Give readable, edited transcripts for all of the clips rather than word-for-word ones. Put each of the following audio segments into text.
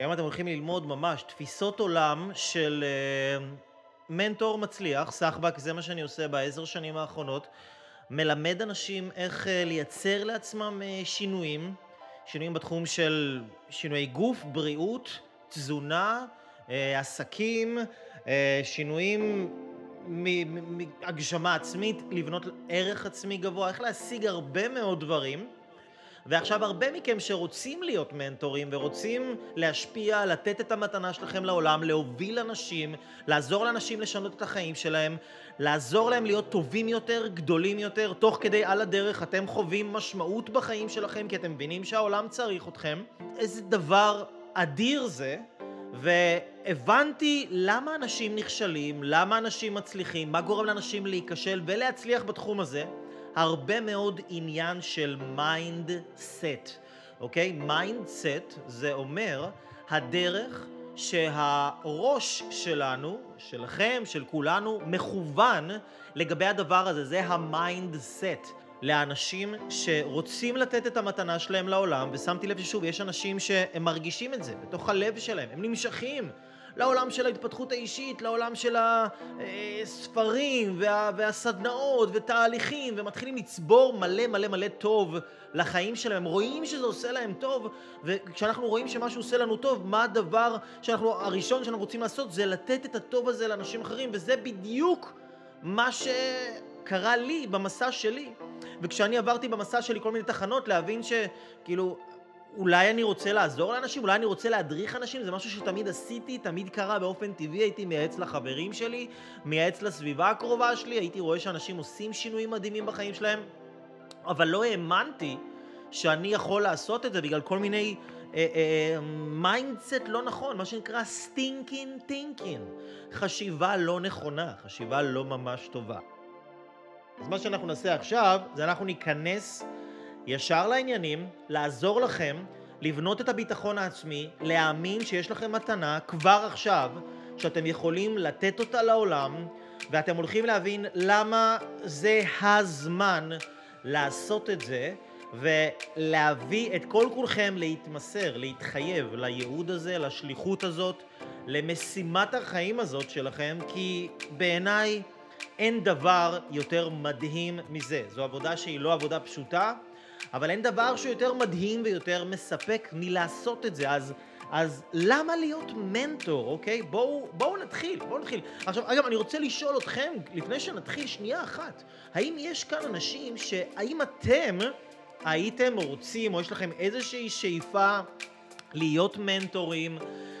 היום אתם הולכים ללמוד ממש תפיסות עולם של מנטור מצליח, סחבק, זה מה שאני עושה ב10 שנים האחרונות, מלמד אנשים איך לייצר לעצמם שינויים בתחום של שינויי גוף, בריאות, תזונה, עסקים, שינויים מהגשמה עצמית, לבנות ערך עצמי גבוה, איך להשיג הרבה מאוד דברים. ועכשיו הרבה מכם שרוצים להיות מנטורים ורוצים להשפיע, לתת את המתנה שלכם לעולם, להוביל אנשים, לעזור לאנשים לשנות את החיים שלהם, לעזור להם להיות טובים יותר, גדולים יותר, תוך כדי על הדרך אתם חווים משמעות בחיים שלכם, כי אתם מבינים שהעולם צריך אתכם. איזה דבר אדיר זה, והבנתי למה אנשים נכשלים, למה אנשים מצליחים, מה גורם לאנשים להיכשל ולהצליח בתחום הזה. הרבה מאוד עניין של מיינדסט, אוקיי? מיינדסט זה אומר הדרך שהראש שלנו, שלכם, של כולנו, מכוון לגבי הדבר הזה, זה המיינדסט. לאנשים שרוצים לתת את המתנה שלהם לעולם, ושמתי לב ששוב, יש אנשים שהם מרגישים את זה בתוך הלב שלהם, הם נמשכים לעולם של ההתפתחות האישית, לעולם של הספרים והסדנאות ותהליכים, ומתחילים לצבור מלא מלא מלא טוב לחיים שלהם. הם רואים שזה עושה להם טוב, וכשאנחנו רואים שמשהו עושה לנו טוב, מה הדבר הראשון שאנחנו רוצים לעשות? זה לתת את הטוב הזה לאנשים אחרים, וזה בדיוק מה שקרה לי במסע שלי. וכשאני עברתי במסע שלי כל מיני תחנות, להבין שכאילו אולי אני רוצה לעזור לאנשים, אולי אני רוצה להדריך אנשים, זה משהו שתמיד עשיתי, תמיד קרה באופן טבעי, הייתי מייעץ לחברים שלי, מייעץ לסביבה הקרובה שלי, הייתי רואה שאנשים עושים שינויים מדהימים בחיים שלהם, אבל לא האמנתי שאני יכול לעשות את זה בגלל כל מיני מיינדסט לא נכון, מה שנקרא stinking thinking, חשיבה לא נכונה, חשיבה לא ממש טובה. אז מה שאנחנו נעשה עכשיו, זה אנחנו ניכנס ישר לעניינים, לעזור לכם לבנות את הביטחון העצמי, להאמין שיש לכם מתנה כבר עכשיו, שאתם יכולים לתת אותה לעולם, ואתם הולכים להבין למה זה הזמן לעשות את זה, ולהביא את כל כולכם להתמסר, להתחייב לייעוד הזה, לשליחות הזאת, למשימת החיים הזאת שלכם, כי בעיניי אין דבר יותר מדהים מזה. זו עבודה שהיא לא עבודה פשוטה, אבל אין דבר שיותר מדהים ויותר מספק מלעשות את זה. אז למה להיות מנטור, אוקיי? בואו נתחיל. עכשיו, אגב, אני רוצה לשאול אתכם, לפני שנתחיל שנייה אחת, האם יש כאן אנשים האם אתם הייתם רוצים, או יש לכם איזושהי שאיפה להיות מנטורים,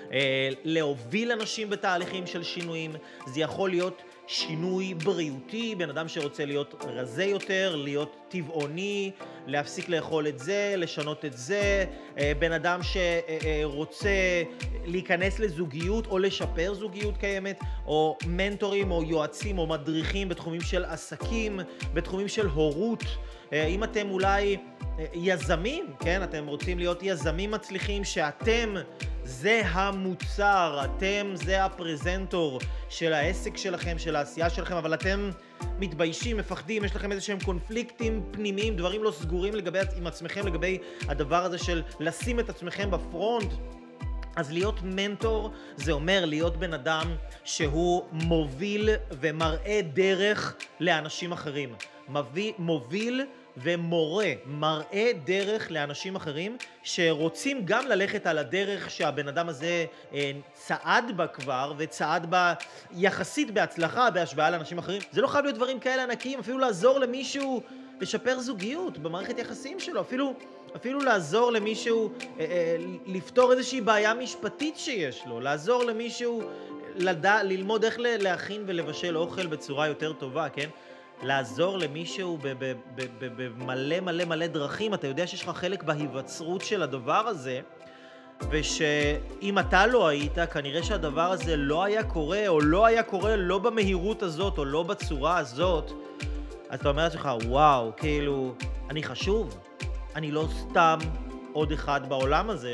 להוביל אנשים בתהליכים של שינויים? זה יכול להיות שינוי בריאותי, בן אדם שרוצה להיות רזה יותר, להיות טבעוני, להפסיק לאכול את זה, לשנות את זה, בן אדם שרוצה להיכנס לזוגיות או לשפר זוגיות קיימת, או מנטורים או יועצים או מדריכים בתחומים של עסקים, בתחומים של הורות. אם אתם אולי יזמים, כן? אתם רוצים להיות יזמים מצליחים, שאתם זה המוצר, אתם זה הפרזנטור של העסק שלכם, של העשייה שלכם, אבל אתם מתביישים, מפחדים, יש לכם איזשהם קונפליקטים פנימיים, דברים לא סגורים עם עצמכם, לגבי הדבר הזה של לשים את עצמכם בפרונט. אז להיות מנטור זה אומר להיות בן אדם שהוא מוביל ומראה דרך לאנשים אחרים. מוביל ומורה, מראה דרך לאנשים אחרים שרוצים גם ללכת על הדרך שהבן אדם הזה צעד בה כבר, וצעד בה יחסית בהצלחה בהשוואה לאנשים אחרים. זה לא חייב להיות דברים כאלה ענקיים, אפילו לעזור למישהו לשפר זוגיות במערכת יחסים שלו, אפילו לעזור למישהו לפתור איזושהי בעיה משפטית שיש לו, לעזור למישהו ללמוד איך להכין ולבשל אוכל בצורה יותר טובה, כן? לעזור למישהו במלא מלא מלא דרכים. אתה יודע שיש לך חלק בהיווצרות של הדבר הזה, ושאם אתה לא היית, כנראה שהדבר הזה לא היה קורה, או לא היה קורה לא במהירות הזאת, או לא בצורה הזאת. אז אתה אומר לעצמך, וואו, כאילו, אני חשוב, אני לא סתם עוד אחד בעולם הזה.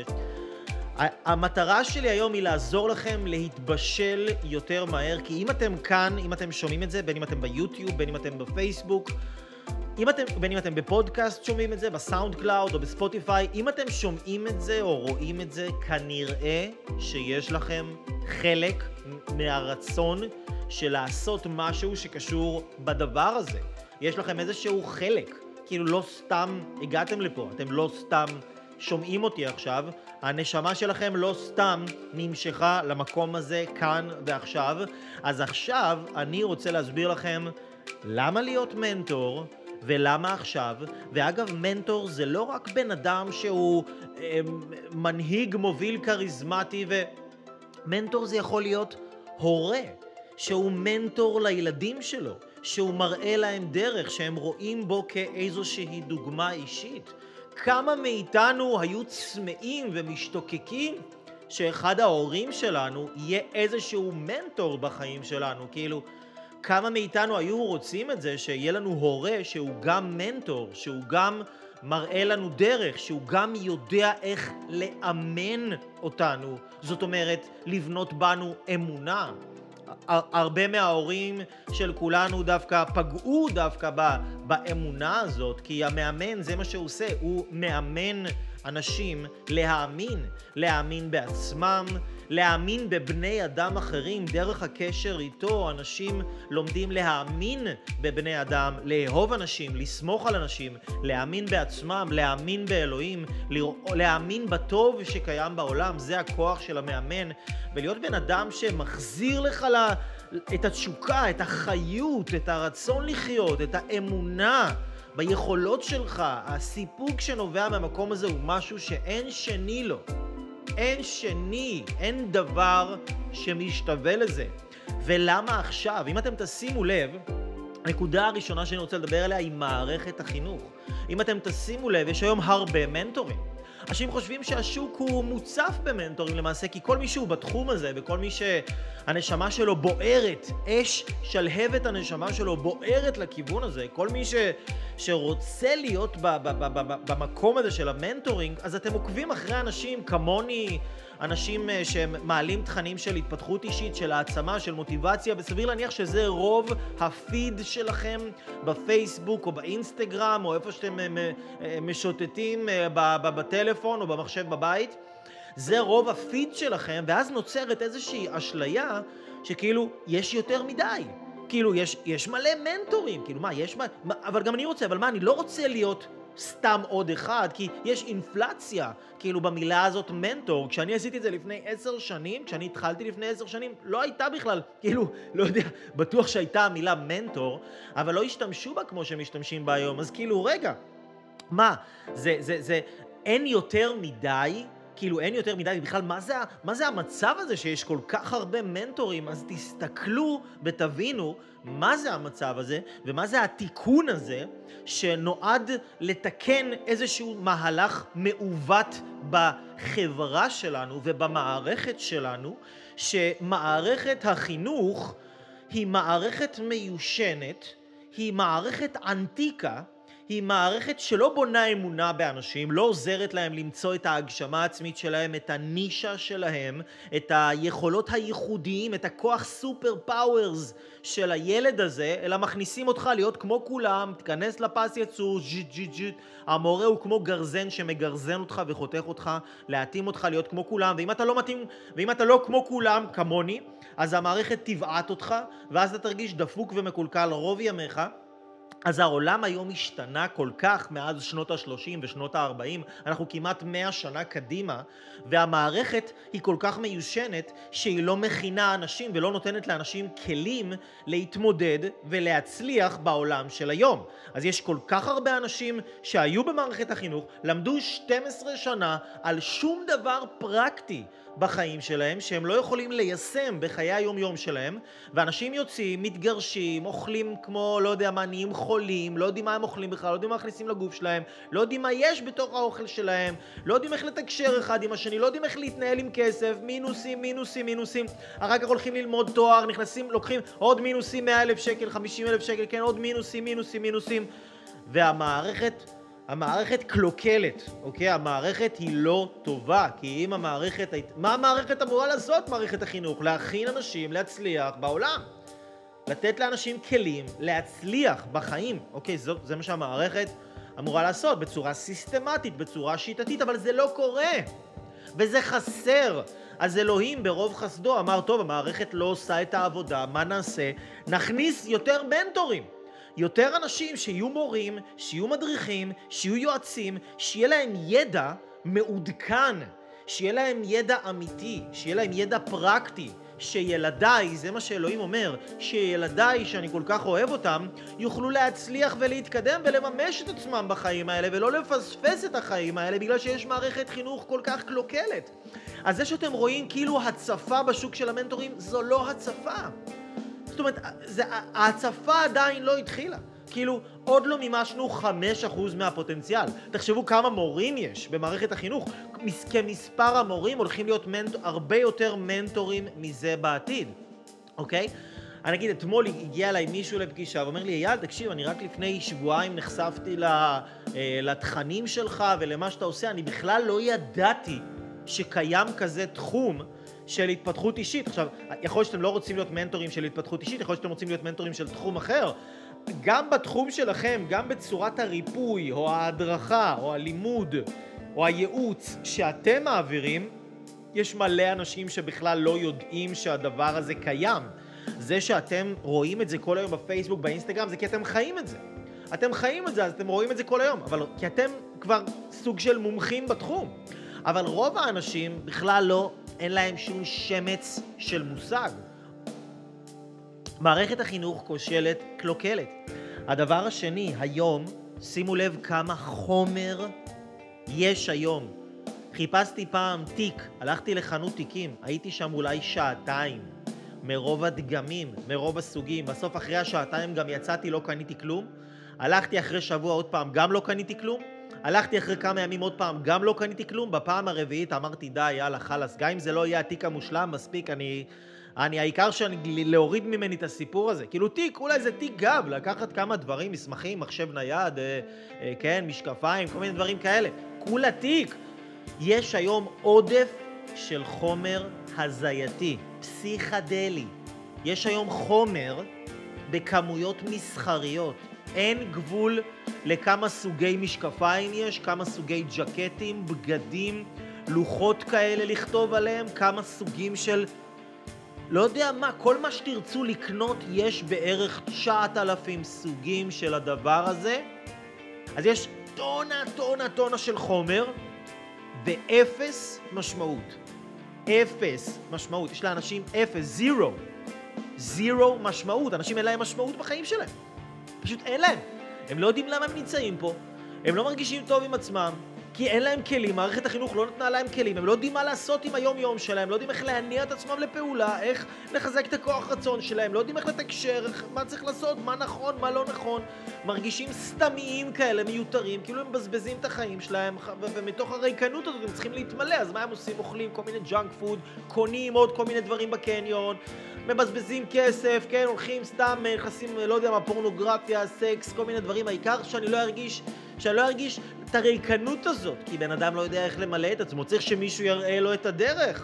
המטרה שלי היום היא לעזור לכם להתבשל יותר מהר, כי אם אתם כאן, אם אתם שומעים את זה, בין אם אתם ביוטיוב, בין אם אתם בפייסבוק, בין אם אתם בפודקאסט שומעים את זה, בסאונד קלאוד או בספוטיפיי, אם אתם שומעים את זה או רואים את זה, כנראה שיש לכם חלק מהרצון של לעשות משהו שקשור בדבר הזה. יש לכם איזשהו חלק, כאילו לא סתם הגעתם לפה, אתם לא סתם שומעים אותי עכשיו, הנשמה שלכם לא סתם נמשכה למקום הזה כאן ועכשיו. אז עכשיו אני רוצה להסביר לכם למה להיות מנטור ולמה עכשיו. ואגב, מנטור זה לא רק בן אדם שהוא מנהיג מוביל כריזמטי, ומנטור זה יכול להיות הורה שהוא מנטור לילדים שלו, שהוא מראה להם דרך, שהם רואים בו כאיזושהי דוגמה אישית. כמה מאיתנו היו צמאים ומשתוקקים שאחד ההורים שלנו יהיה איזשהו מנטור בחיים שלנו, כאילו כמה מאיתנו היו רוצים את זה, שיהיה לנו הורה שהוא גם מנטור, שהוא גם מראה לנו דרך, שהוא גם יודע איך לאמן אותנו, זאת אומרת לבנות בנו אמונה. הרבה מההורים של כולנו דווקא פגעו דווקא באמונה הזאת, כי המאמן זה מה שהוא עושה, הוא מאמן אנשים להאמין בעצמם, להאמין בבני אדם אחרים. דרך הקשר איתו אנשים לומדים להאמין בבני אדם, לאהוב אנשים, לסמוך על אנשים, להאמין בעצמם, להאמין באלוהים, להאמין בטוב שקיים בעולם. זה הכוח של המאמן. ולהיות בן אדם שמחזיר לך את התשוקה, את החיות, את הרצון לחיות, את האמונה ביכולות שלך. הסיפוק שנובע מהמקום הזה הוא משהו שאין שני לו. אין שני, אין דבר שמשתווה לזה. ולמה עכשיו? אם אתם תשימו לב, הנקודה הראשונה שאני רוצה לדבר עליה היא מערכת החינוך. אם אתם תשימו לב, יש היום הרבה מנטורים. אנשים חושבים שהשוק הוא מוצף במנטורים למעשה, כי כל מי שהוא בתחום הזה, וכל מי שהנשמה שלו בוערת, אש שלהבת הנשמה שלו בוערת לכיוון הזה, כל מי שרוצה להיות במקום הזה של המנטורינג, אז אתם עוקבים אחרי אנשים כמוני, אנשים שמעלים תכנים של התפתחות אישית, של העצמה, של מוטיבציה, וסביר להניח שזה רוב הפיד שלכם בפייסבוק או באינסטגרם או איפה שאתם משוטטים בטלפון או במחשב בבית. זה רוב הפיד שלכם, ואז נוצרת איזושהי אשליה שכאילו יש יותר מדי. כאילו יש מלא מנטורים, כאילו מה, אבל גם אני רוצה, אבל מה, אני לא רוצה להיות סתם עוד אחד, כי יש אינפלציה, כאילו במילה הזאת מנטור. כשאני עשיתי את זה לפני 10 שנים, כשאני התחלתי לפני 10 שנים, לא הייתה בכלל, כאילו, לא יודע, בטוח שהייתה המילה מנטור, אבל לא השתמשו בה כמו שמשתמשים בה היום. אז כאילו, רגע, מה, אין יותר מדי, כאילו אין יותר מדי, בכלל מה זה המצב הזה שיש כל כך הרבה מנטורים? אז תסתכלו ותבינו מה זה המצב הזה ומה זה התיקון הזה שנועד לתקן איזשהו מהלך מעוות בחברה שלנו ובמערכת שלנו, שמערכת החינוך היא מערכת מיושנת, היא מערכת ענתיקה, היא מערכת שלא בונה אמונה באנשים, לא עוזרת להם למצוא את ההגשמה העצמית שלהם, את הנישה שלהם, את היכולות הייחודיים, את הכוח סופר פאוורס של הילד הזה, אלא מכניסים אותך להיות כמו כולם, תכנס לפס יצור, ג'יט. המורה הוא כמו גרזן שמגרזן אותך וחותך אותך, להתאים אותך להיות כמו כולם, ואם אתה לא מתאים, ואם אתה לא כמו כולם, כמוני, אז המערכת תבעט אותך, ואז אתה תרגיש דפוק ומקולקל רוב ימיך. אז העולם היום השתנה כל כך מאז שנות ה-30 ושנות ה-40, אנחנו כמעט 100 שנה קדימה, והמערכת היא כל כך מיושנת שהיא לא מכינה אנשים ולא נותנת לאנשים כלים להתמודד ולהצליח בעולם של היום. אז יש כל כך הרבה אנשים שהיו במערכת החינוך, למדו 12 שנה על שום דבר פרקטי בחיים שלהם, שהם לא יכולים ליישם בחיי היום-יום שלהם, ואנשים יוצאים, מתגרשים, אוכלים כמו, לא יודע מה, נהיים חולים, לא יודעים מה הם אוכלים בכלל, לא יודעים מה מכניסים לגוף שלהם, לא יודעים מה יש בתוך האוכל שלהם, לא יודעים איך לתקשר אחד עם השני, לא יודעים איך להתנהל עם כסף, מינוסים, אחר כך הולכים ללמוד תואר, נכנסים, לוקחים עוד מינוסים 100,000 שקל, 50,000 שקל, כן, עוד מינוסים, והמערכת קלוקלת, אוקיי? המערכת היא לא טובה, כי אם מה המערכת אמורה לעשות, מערכת החינוך? להכין אנשים להצליח בעולם. לתת לאנשים כלים להצליח בחיים. אוקיי, זה מה שהמערכת אמורה לעשות, בצורה סיסטמטית, בצורה שיטתית, אבל זה לא קורה. וזה חסר. אז אלוהים ברוב חסדו אמר, טוב, המערכת לא עושה את העבודה, מה נעשה? נכניס יותר מנטורים. יותר אנשים שיהיו מורים, שיהיו מדריכים, שיהיו יועצים, שיהיה להם ידע מעודכן, שיהיה להם ידע אמיתי, שיהיה להם ידע פרקטי, שילדיי, זה מה שאלוהים אומר, שילדיי שאני כל כך אוהב אותם, יוכלו להצליח ולהתקדם ולממש את עצמם בחיים האלה, ולא לפספס את החיים האלה, בגלל שיש מערכת חינוך כל כך קלוקלת. אז זה שאתם רואים כאילו הצפה בשוק של המנטורים, זו לא הצפה. זאת אומרת, ההצפה עדיין לא התחילה. כאילו, עוד לא מימשנו 5% מהפוטנציאל. תחשבו כמה מורים יש במערכת החינוך. כמספר המורים הולכים להיות הרבה יותר מנטורים מזה בעתיד. אוקיי? אני אגיד, אתמול הגיע אליי מישהו לפגישה ואומר לי, אייל, תקשיב, אני רק לפני שבועיים נחשפתי לתכנים שלך ולמה שאתה עושה. אני בכלל לא ידעתי שקיים כזה תחום של התפתחות אישית. עכשיו, יכול להיות שאתם לא רוצים להיות מנטורים של התפתחות אישית, יכול להיות שאתם רוצים להיות מנטורים של תחום אחר. גם בתחום שלכם, גם בצורת הריפוי, או ההדרכה, או הלימוד, או הייעוץ שאתם מעבירים, יש מלא אנשים שבכלל לא יודעים שהדבר הזה קיים. זה שאתם רואים את זה כל היום בפייסבוק, באינסטגרם, זה כי אתם חיים את זה. אתם חיים את זה, אז אתם רואים את זה כל היום, אבל כי אתם כבר סוג של מומחים בתחום. אבל רוב האנשים בכלל לא, אין להם שום שמץ של מושג. מערכת החינוך כושלת, קלוקלת. הדבר השני, היום, שימו לב כמה חומר יש היום. חיפשתי פעם תיק, הלכתי לחנות תיקים, הייתי שם אולי שעתיים, מרוב הדגמים, מרוב הסוגים. בסוף אחרי השעתיים גם יצאתי, לא קניתי כלום. הלכתי אחרי שבוע עוד פעם, גם לא קניתי כלום. הלכתי אחרי כמה ימים עוד פעם, גם לא קניתי כלום. בפעם הרביעית אמרתי, די, יאללה, חלס, גם אם זה לא יהיה התיק המושלם, מספיק, העיקר שאני להוריד ממני את הסיפור הזה. כאילו תיק, אולי זה תיק גב, לקחת כמה דברים, מסמכים, מחשב נייד, כן, משקפיים, כל מיני דברים כאלה. כולה תיק. יש היום עודף של חומר הזייתי, פסיכדלי. יש היום חומר בכמויות מסחריות. אין גבול לכמה סוגי משקפיים יש, כמה סוגי ג'קטים, בגדים, לוחות כאלה לכתוב עליהם, כמה סוגים של... לא יודע מה, כל מה שתרצו לקנות יש בערך 9,000 סוגים של הדבר הזה. אז יש טונה של חומר ואפס משמעות. אפס משמעות. יש לאנשים אפס, זירו משמעות. אנשים אין להם משמעות בחיים שלהם. פשוט אין להם. הם לא יודעים למה הם נמצאים פה. הם לא מרגישים טוב עם עצמם. כי אין להם כלים, מערכת החינוך לא נתנה להם כלים, הם לא יודעים מה לעשות עם היום-יום שלהם, לא יודעים איך להניע את עצמם לפעולה, איך לחזק את הכוח רצון שלהם, לא יודעים איך לתקשר, מה צריך לעשות, מה נכון, מה לא נכון, מרגישים סתמיים כאלה, מיותרים, כאילו הם מבזבזים את החיים שלהם, ומתוך הריקנות הזאת הם צריכים להתמלא, אז מה הם עושים? אוכלים כל מיני ג'אנק פוד, קונים עוד כל מיני דברים בקניון, מבזבזים כסף, כן, הולכים סתם, נכנסים, לא יודע מה, פורנוגרפיה, סקס, כל מיני דברים, העיקר שאני לא ארגיש את הריקנות הזאת, כי בן אדם לא יודע איך למלא את עצמו, צריך שמישהו יראה לו את הדרך.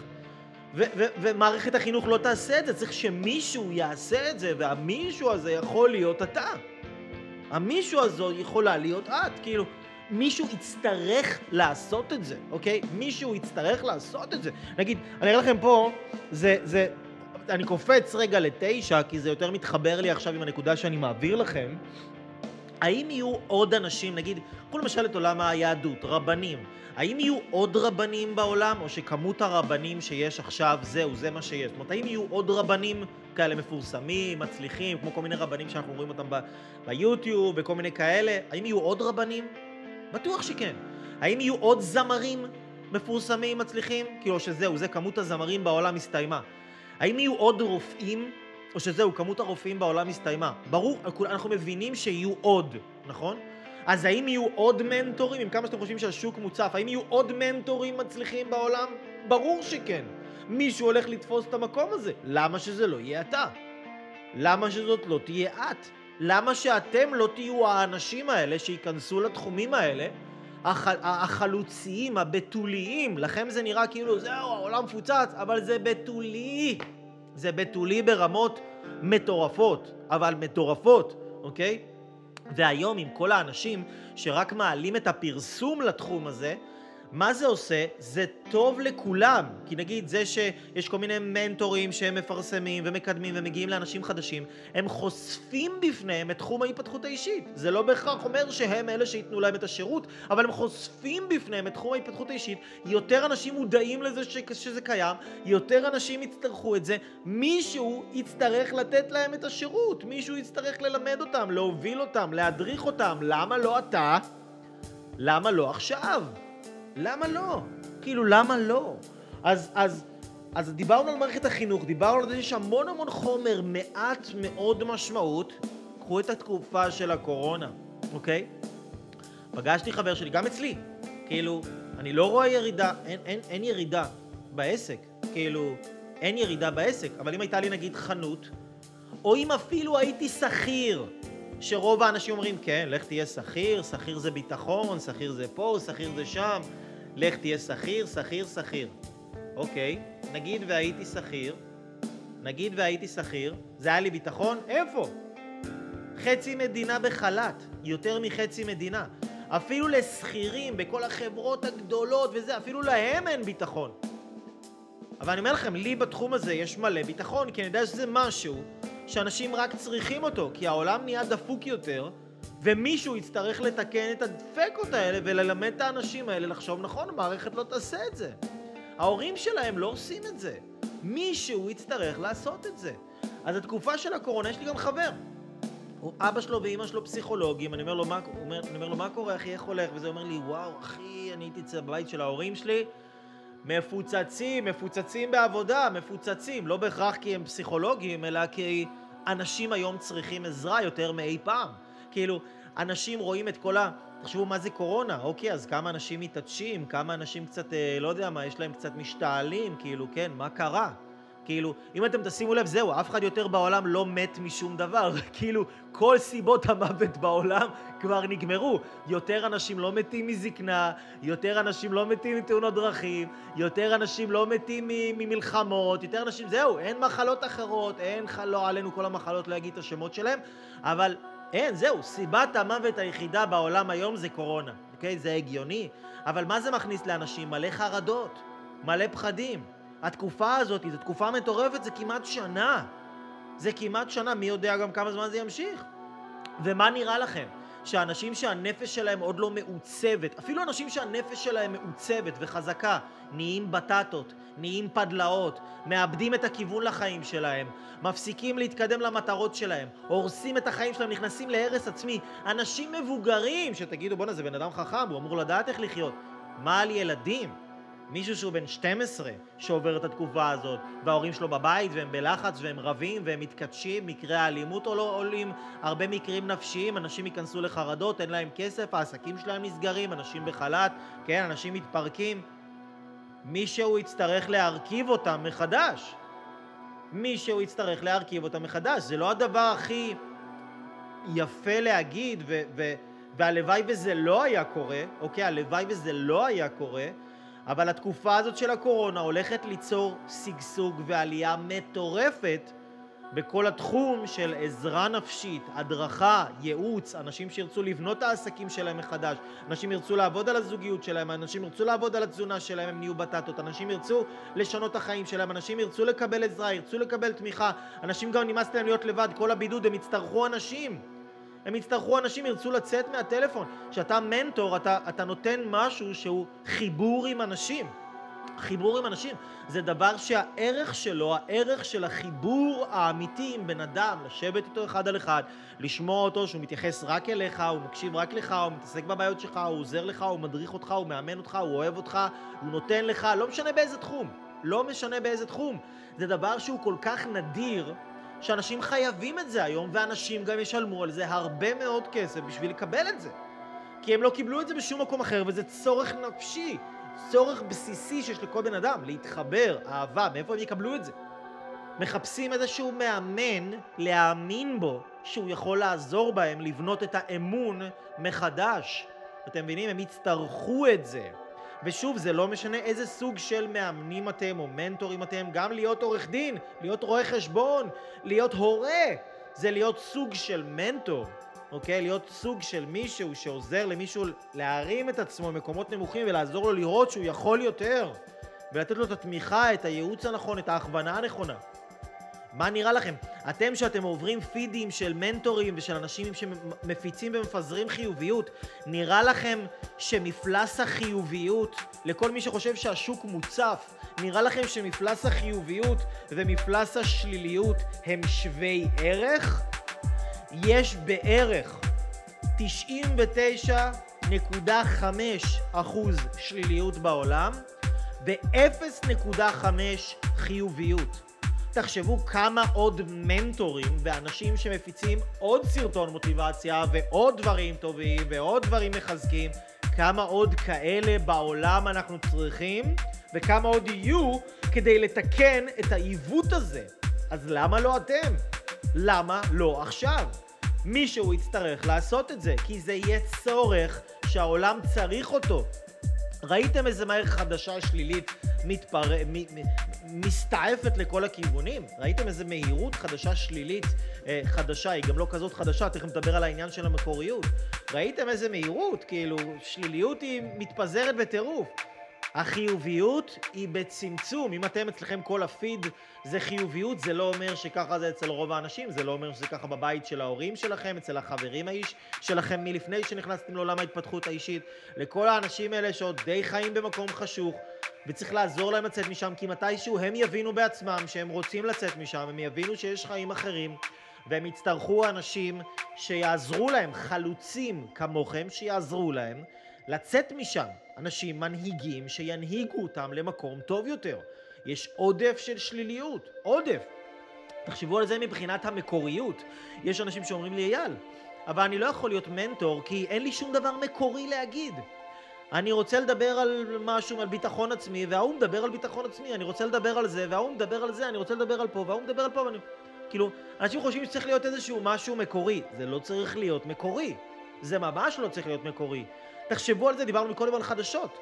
ומערכת החינוך לא תעשה את זה, צריך שמישהו יעשה את זה, והמישהו הזה יכול להיות אתה. המישהו הזו יכולה להיות את, כאילו, מישהו יצטרך לעשות את זה, אוקיי? מישהו יצטרך לעשות את זה. נגיד, אני אראה לכם פה, אני קופץ רגע ל9, כי זה יותר מתחבר לי עכשיו עם הנקודה שאני מעביר לכם. האם יהיו עוד אנשים, נגיד, קחו למשל את עולם היהדות, רבנים, האם יהיו עוד רבנים בעולם, או שכמות הרבנים שיש עכשיו זה מה שיש? זאת אומרת, האם יהיו עוד רבנים כאלה מפורסמים, מצליחים, כמו כל מיני רבנים שאנחנו רואים אותם ביוטיוב וכל מיני כאלה? האם יהיו עוד רבנים? בטוח שכן. האם יהיו עוד זמרים מפורסמים, מצליחים? כאילו זה כמות הזמרים בעולם הסתיימה. האם יהיו עוד רופאים? או שזהו, כמות הרופאים בעולם הסתיימה. ברור, אנחנו מבינים שיהיו עוד, נכון? אז האם יהיו עוד מנטורים? עם כמה שאתם חושבים שהשוק מוצף, האם יהיו עוד מנטורים מצליחים בעולם? ברור שכן. מישהו הולך לתפוס את המקום הזה. למה שזה לא יהיה אתה? למה שזאת לא תהיה את? למה שאתם לא תהיו האנשים האלה שיכנסו לתחומים האלה, החלוציים, הבתוליים? לכם זה נראה כאילו, זהו, העולם מפוצץ, אבל זה בתולי. זה בתולי ברמות מטורפות, אבל מטורפות, אוקיי? והיום עם כל האנשים שרק מעלים את הפרסום לתחום הזה, מה זה עושה? זה טוב לכולם. כי נגיד זה שיש כל מיני מנטורים שהם מפרסמים ומקדמים ומגיעים לאנשים חדשים, הם חושפים בפניהם את תחום ההתפתחות האישית. זה לא בהכרח אומר שהם אלה שיתנו להם את השירות, אבל הם חושפים בפניהם את תחום ההתפתחות האישית. יותר אנשים מודעים לזה שזה קיים, יותר אנשים יצטרכו את זה, מישהו יצטרך לתת להם את השירות, מישהו יצטרך ללמד אותם, להוביל אותם, להדריך אותם. למה לא אתה? למה לא עכשיו? למה לא? כאילו, למה לא? אז דיברנו על מערכת החינוך, דיברנו על זה שיש המון חומר, מעט מאוד משמעות. קחו את התקופה של הקורונה, אוקיי? פגשתי חבר שלי, גם אצלי. כאילו, אני לא רואה ירידה, אין ירידה בעסק. כאילו, אין ירידה בעסק. אבל אם הייתה לי נגיד חנות, או אם אפילו הייתי שכיר, שרוב האנשים אומרים, כן, לך תהיה שכיר, שכיר זה ביטחון, שכיר זה פה, שכיר זה שם, לך תהיה שכיר, שכיר, שכיר. אוקיי, נגיד והייתי שכיר, זה היה לי ביטחון, איפה? חצי מדינה בחל"ת, יותר מחצי מדינה. אפילו לשכירים בכל החברות הגדולות וזה, אפילו להם אין ביטחון. אבל אני אומר לכם, לי בתחום הזה יש מלא ביטחון, כי אני יודע שזה משהו שאנשים רק צריכים אותו, כי העולם נהיה דפוק יותר, ומישהו יצטרך לתקן את הדפקות האלה וללמד את האנשים האלה לחשוב נכון, המערכת לא תעשה את זה. ההורים שלהם לא עושים את זה. מישהו יצטרך לעשות את זה. אז התקופה של הקורונה, יש לי גם חבר. אבא שלו ואמא שלו פסיכולוגים, אני אומר לו, מה קורה אחי, איך הולך? וזה אומר לי, וואו אחי, אני הייתי בבית של ההורים שלי, מפוצצים בעבודה, לא בהכרח כי הם פסיכולוגים, אלא כי אנשים היום צריכים עזרה יותר מאי פעם. כאילו, אנשים רואים את כל תחשבו מה זה קורונה, אוקיי, אז כמה אנשים מתעטשים, כמה אנשים קצת, לא יודע מה, יש להם קצת משתעלים, כאילו, כן, מה קרה? כאילו, אם אתם תשימו לב, זהו, אף אחד יותר בעולם לא מת משום דבר. כאילו, כל סיבות המוות בעולם כבר נגמרו. יותר אנשים לא מתים מזקנה, יותר אנשים לא מתים מתאונות דרכים, יותר אנשים לא מתים ממלחמות, יותר אנשים, זהו, אין מחלות אחרות, אין לא עלינו כל המחלות להגיד את השמות שלהם, אבל אין, זהו, סיבת המוות היחידה בעולם היום זה קורונה, אוקיי? זה הגיוני, אבל מה זה מכניס לאנשים? מלא חרדות, מלא פחדים. התקופה הזאת, זו תקופה מטורפת, זה כמעט שנה, מי יודע גם כמה זמן זה ימשיך? ומה נראה לכם? שאנשים שהנפש שלהם עוד לא מעוצבת, אפילו אנשים שהנפש שלהם מעוצבת וחזקה, נהיים בטטות, נהיים פדלאות, מאבדים את הכיוון לחיים שלהם, מפסיקים להתקדם למטרות שלהם, הורסים את החיים שלהם, נכנסים להרס עצמי. אנשים מבוגרים שתגידו, בוא'נה, זה בן אדם חכם, הוא אמור לדעת איך לחיות. מה על ילדים? מישהו שהוא בן 12 שעובר את התקופה הזאת, וההורים שלו בבית והם בלחץ והם רבים והם מתקדשים, מקרי האלימות עולים, הרבה מקרים נפשיים, אנשים ייכנסו לחרדות, אין להם כסף, העסקים שלהם נסגרים, אנשים בחל"ת, כן, אנשים מתפרקים. מישהו יצטרך להרכיב אותם מחדש. זה לא הדבר הכי יפה להגיד, והלוואי וזה לא היה קורה, אוקיי, הלוואי וזה לא היה קורה, אבל התקופה הזאת של הקורונה הולכת ליצור סגסוג ועלייה מטורפת בכל התחום של עזרה נפשית, הדרכה, ייעוץ, אנשים שירצו לבנות את העסקים שלהם מחדש, אנשים ירצו לעבוד על הזוגיות שלהם, אנשים ירצו לעבוד על התזונה שלהם, הם נהיו בטטות, אנשים ירצו לשנות את החיים שלהם, אנשים ירצו לקבל עזרה, ירצו לקבל תמיכה, אנשים גם נמאס להם להיות לבד, כל הבידוד, הם יצטרכו אנשים, ירצו לצאת מהטלפון. כשאתה מנטור, אתה נותן משהו שהוא חיבור עם אנשים. זה דבר שהערך שלו, הערך של החיבור האמיתי עם בן אדם, לשבת איתו אחד על אחד, לשמוע אותו שהוא מתייחס רק אליך, הוא מקשיב רק לך, הוא מתעסק בבעיות שלך, הוא עוזר לך, הוא מדריך אותך, הוא מאמן אותך, הוא אוהב אותך, הוא נותן לך, לא משנה באיזה תחום. זה דבר שהוא כל כך נדיר, שאנשים חייבים את זה היום, ואנשים גם ישלמו על זה הרבה מאוד כסף בשביל לקבל את זה. כי הם לא קיבלו את זה בשום מקום אחר, וזה צורך נפשי, צורך בסיסי שיש לכל בן אדם, להתחבר, אהבה, מאיפה הם יקבלו את זה? מחפשים איזשהו מאמן, להאמין בו, שהוא יכול לעזור בהם, לבנות את האמון מחדש. אתם מבינים? הם יצטרכו את זה. ושוב, זה לא משנה איזה סוג של מאמנים אתם או מנטורים אתם, גם להיות עורך דין, להיות רואה חשבון, להיות הורה, זה להיות סוג של מנטור, אוקיי? להיות סוג של מישהו שעוזר למישהו להרים את עצמו במקומות נמוכים ולעזור לו לראות שהוא יכול יותר, ולתת לו את התמיכה, את הייעוץ הנכון, את ההכוונה הנכונה. מה נראה לכם? אתם שאתם עוברים פידים של מנטורים ושל אנשים שמפיצים ומפזרים חיוביות, נראה לכם שמפלס החיוביות, לכל מי שחושב שהשוק מוצף, נראה לכם שמפלס החיוביות ומפלס השליליות הם שווי ערך? יש בערך 99.5% שליליות בעולם ו-0.5 חיוביות. תחשבו כמה עוד מנטורים ואנשים שמפיצים עוד סרטון מוטיבציה ועוד דברים טובים ועוד דברים מחזקים, כמה עוד כאלה בעולם אנחנו צריכים וכמה עוד יהיו כדי לתקן את העיוות הזה. אז למה לא אתם? למה לא עכשיו? מישהו יצטרך לעשות את זה, כי זה יהיה צורך שהעולם צריך אותו. ראיתם איזה מהר חדשה שלילית מסתעפת לכל הכיוונים? ראיתם איזה מהירות חדשה שלילית חדשה, היא גם לא כזאת חדשה, תכף נדבר על העניין של המקוריות. ראיתם איזה מהירות? כאילו, שליליות היא מתפזרת בטירוף. החיוביות היא בצמצום. אם אתם אצלכם כל הפיד זה חיוביות, זה לא אומר שככה זה אצל רוב האנשים, זה לא אומר שזה ככה בבית של ההורים שלכם, אצל החברים שלכם מלפני שנכנסתם לעולם ההתפתחות האישית. לכל האנשים האלה שעוד די חיים במקום חשוך, וצריך לעזור להם לצאת משם, כי מתישהו הם יבינו בעצמם שהם רוצים לצאת משם, הם יבינו שיש חיים אחרים, והם יצטרכו אנשים שיעזרו להם, חלוצים כמוכם שיעזרו להם לצאת משם. אנשים מנהיגים שינהיגו אותם למקום טוב יותר. יש עודף של שליליות, עודף. תחשבו על זה מבחינת המקוריות. יש אנשים שאומרים לי, אייל, אבל אני לא יכול להיות מנטור כי אין לי שום דבר מקורי להגיד. אני רוצה לדבר על משהו, על ביטחון עצמי, והוא מדבר על ביטחון עצמי. אני רוצה לדבר על זה, והוא מדבר על זה, אני רוצה לדבר על פה, והוא מדבר על פה. ואני... כאילו, אנשים חושבים שצריך להיות איזשהו משהו מקורי. זה לא צריך להיות מקורי. זה ממש לא צריך להיות מקורי. תחשבו על זה, דיברנו מקודם על חדשות.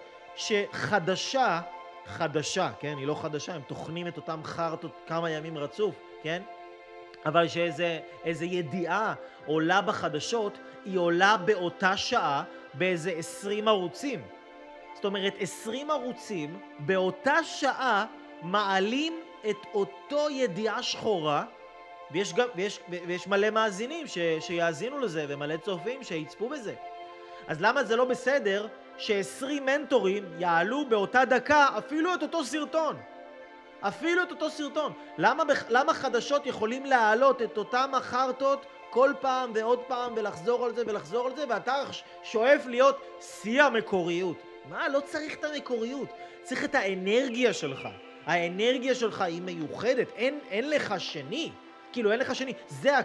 חדשה, כן? היא לא חדשה, הם תוכנים את אותם חרטות כמה ימים רצוף, כן? אבל שאיזה ידיעה עולה בחדשות, היא עולה באותה שעה באיזה 20 ערוצים. זאת אומרת, 20 ערוצים באותה שעה מעלים את אותו ידיעה שחורה, ויש מלא מאזינים שיאזינו לזה, ומלא צופים שיצפו בזה. אז למה זה לא בסדר ש20 מנטורים יעלו באותה דקה אפילו את אותו סרטון? אפילו את אותו סרטון. למה חדשות יכולים להעלות את אותם החרטות כל פעם ועוד פעם ולחזור על זה ולחזור על זה, ואתה שואף להיות שיא המקוריות? מה? לא צריך את המקוריות. צריך את האנרגיה שלך. האנרגיה שלך היא מיוחדת. אין לך שני. כאילו אין לך שני.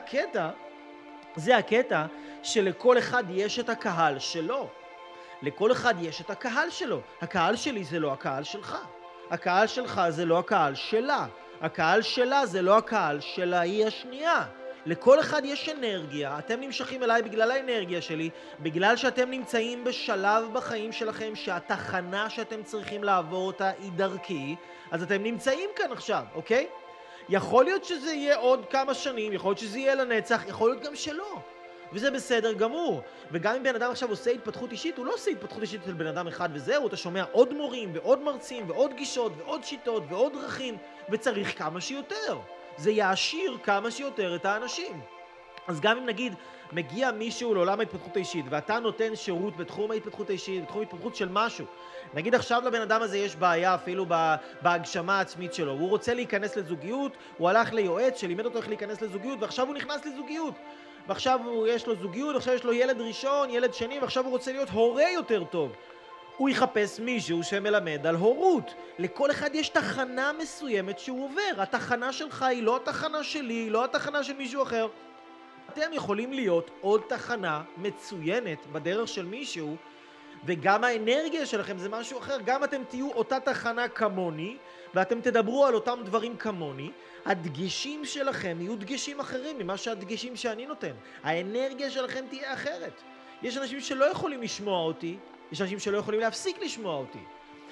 זה הקטע שלכל אחד יש את הקהל שלו. לכל אחד יש את הקהל שלו. הקהל שלי זה לא הקהל שלך. הקהל שלך זה לא הקהל שלה. הקהל שלה זה לא הקהל שלה היא השנייה. לכל אחד יש אנרגיה. אתם נמשכים אליי בגלל האנרגיה שלי, בגלל שאתם נמצאים בשלב בחיים שלכם שהתחנה שאתם צריכים לעבור אותה היא דרכי, אז אתם נמצאים כאן עכשיו, אוקיי? יכול להיות שזה יהיה עוד כמה שנים, יכול להיות שזה יהיה לנצח, יכול להיות גם שלא. וזה בסדר גמור. וגם אם בן אדם עכשיו עושה התפתחות אישית, הוא לא עושה התפתחות אישית של בן אדם אחד וזהו, אתה שומע עוד מורים ועוד מרצים ועוד גישות ועוד שיטות ועוד דרכים, וצריך כמה שיותר. זה יעשיר כמה שיותר את האנשים. אז גם אם נגיד מגיע מישהו לעולם ההתפתחות האישית ואתה נותן שירות בתחום ההתפתחות האישית, בתחום ההתפתחות של משהו, נגיד עכשיו לבן אדם הזה יש בעיה אפילו בהגשמה העצמית שלו, הוא רוצה להיכנס לזוגיות, הוא הלך ליועץ שלימד אותו איך להיכנס לזוגיות ועכשיו הוא נכנס לזוגיות, ועכשיו יש לו זוגיות, עכשיו יש לו ילד ראשון, ילד שני, ועכשיו הוא רוצה להיות הורה יותר טוב. הוא יחפש מישהו שמלמד על הורות. לכל אחד יש תחנה מסוימת שהוא עובר. התחנה שלך היא לא התחנה שלי, היא לא התחנה של מישהו אחר. אתם יכולים להיות עוד תחנה מצוינת בדרך של מישהו, וגם האנרגיה שלכם זה משהו אחר. גם אתם תהיו אותה תחנה כמוני, ואתם תדברו על אותם דברים כמוני, הדגשים שלכם יהיו דגשים אחרים ממה שהדגשים שאני נותן. האנרגיה שלכם תהיה אחרת. יש אנשים שלא יכולים לשמוע אותי, יש אנשים שלא יכולים להפסיק לשמוע אותי.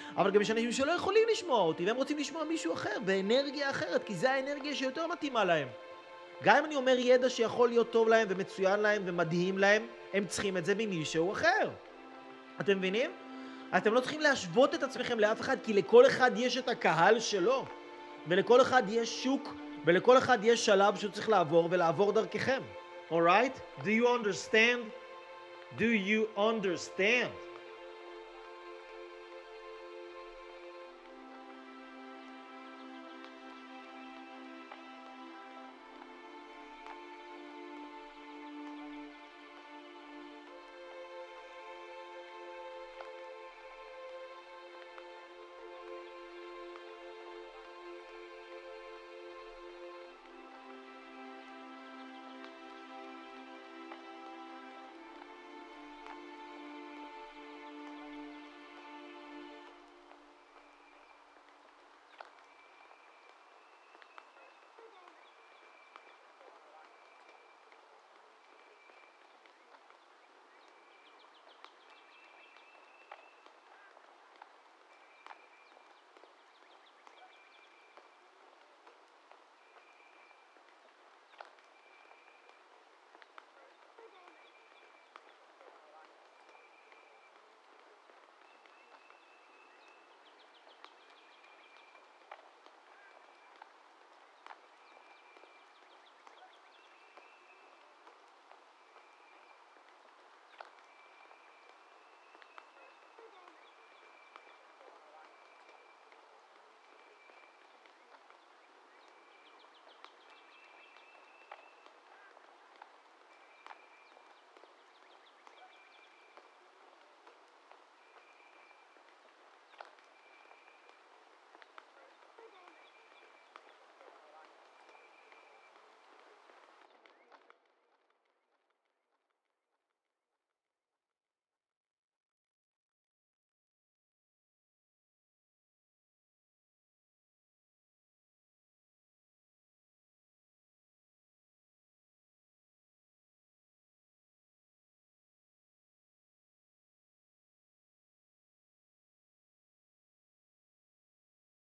אבל גם יש אנשים שלא יכולים לשמוע אותי, והם רוצים לשמוע מישהו אחר, באנרגיה אחרת, כי זה האנרגיה שיותר מתאימה להם. גם אם אני אומר ידע שיכול להיות טוב להם ומצוין להם ומדהים להם, הם צריכים את זה ממישהו אחר. אתם מבינים? אתם לא צריכים להשוות את עצמכם לאף אחד, כי לכל אחד יש את הקהל שלו, ולכל אחד יש שוק, ולכל אחד יש שלב שהוא צריך לעבור ולעבור דרככם. Alright? Do you understand? Do you understand?